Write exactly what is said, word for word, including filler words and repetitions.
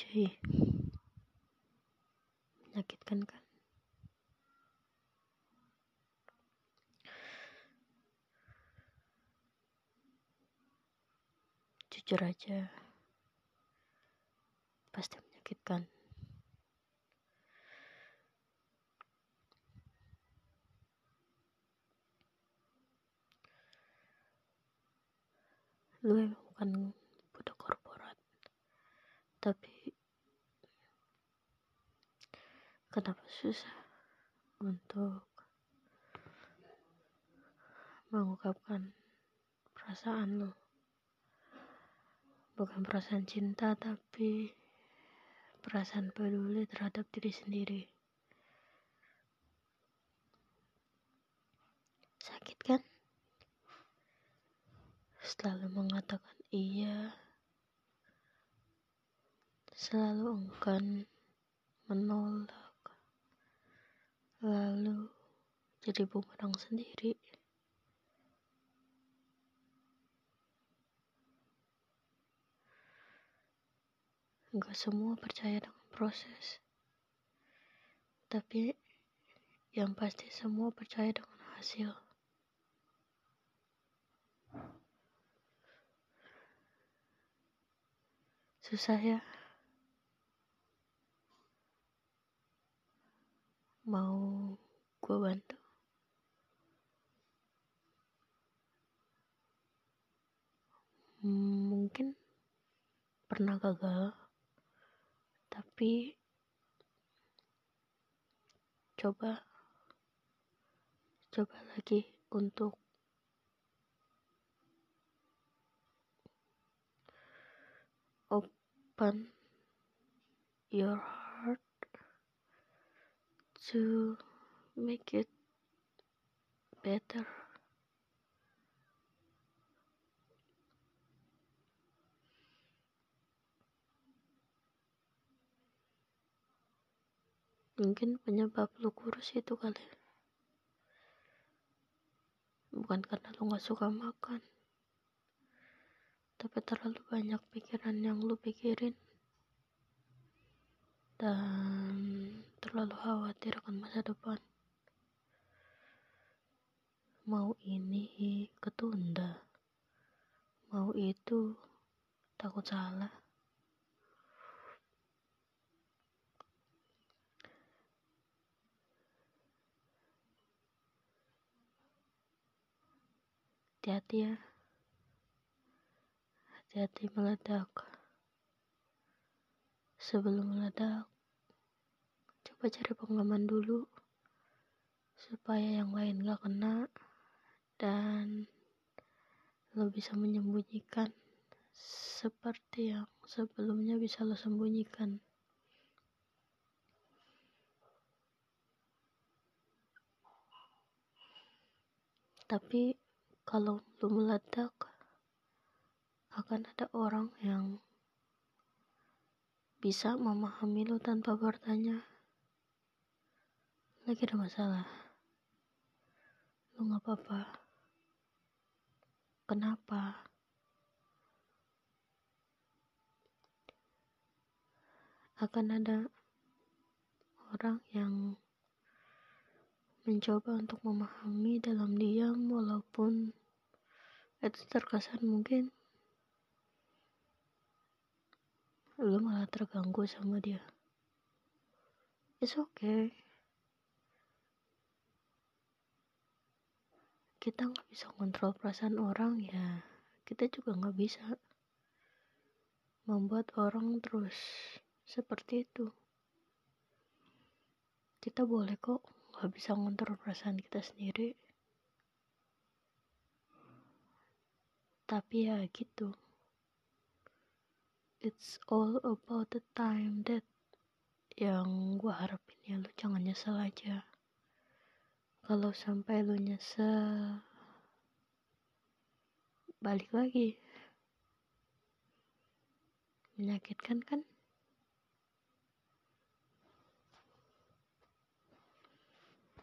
cuy, menyakitkan kan? Jujur aja, pasti menyakitkan. Lu emang bukan budak korporat, tapi kenapa susah untuk mengungkapkan perasaan lu? Bukan perasaan cinta, tapi perasaan peduli terhadap diri sendiri. Sakit kan? Selalu mengatakan iya, selalu enggan menolak, lalu jadi bumerang sendiri. Enggak semua percaya dengan proses, tapi yang pasti semua percaya dengan hasil. Susah ya? Mau gue bantu? Hmm, mungkin pernah gagal, tapi coba coba lagi untuk open your heart to make it better. Mungkin penyebab lu kurus itu kali, bukan karena lu gak suka makan, tapi terlalu banyak pikiran yang lu pikirin dan terlalu khawatir akan masa depan. Mau ini ketunda, mau itu takut salah. Hati-hati ya, hati-hati meledak. Sebelum meledak, coba cari pengaman dulu supaya yang lain gak kena dan lo bisa menyembunyikan seperti yang sebelumnya bisa lo sembunyikan. Tapi kalau lo meledak, akan ada orang yang bisa memahami lo tanpa bertanya, lagi ada masalah? Lo gak apa-apa? Kenapa? Akan ada orang yang mencoba untuk memahami dalam diam, walaupun itu terkesan mungkin lu malah terganggu sama dia. It's okay. Kita gak bisa kontrol perasaan orang, ya kita juga gak bisa membuat orang terus seperti itu. Kita boleh kok gak bisa ngontrol perasaan kita sendiri, tapi ya gitu. It's all about the time that yang gue harapin ya lu jangan nyesel aja. Kalau sampai lu nyesel, balik lagi. Menyakitkan kan?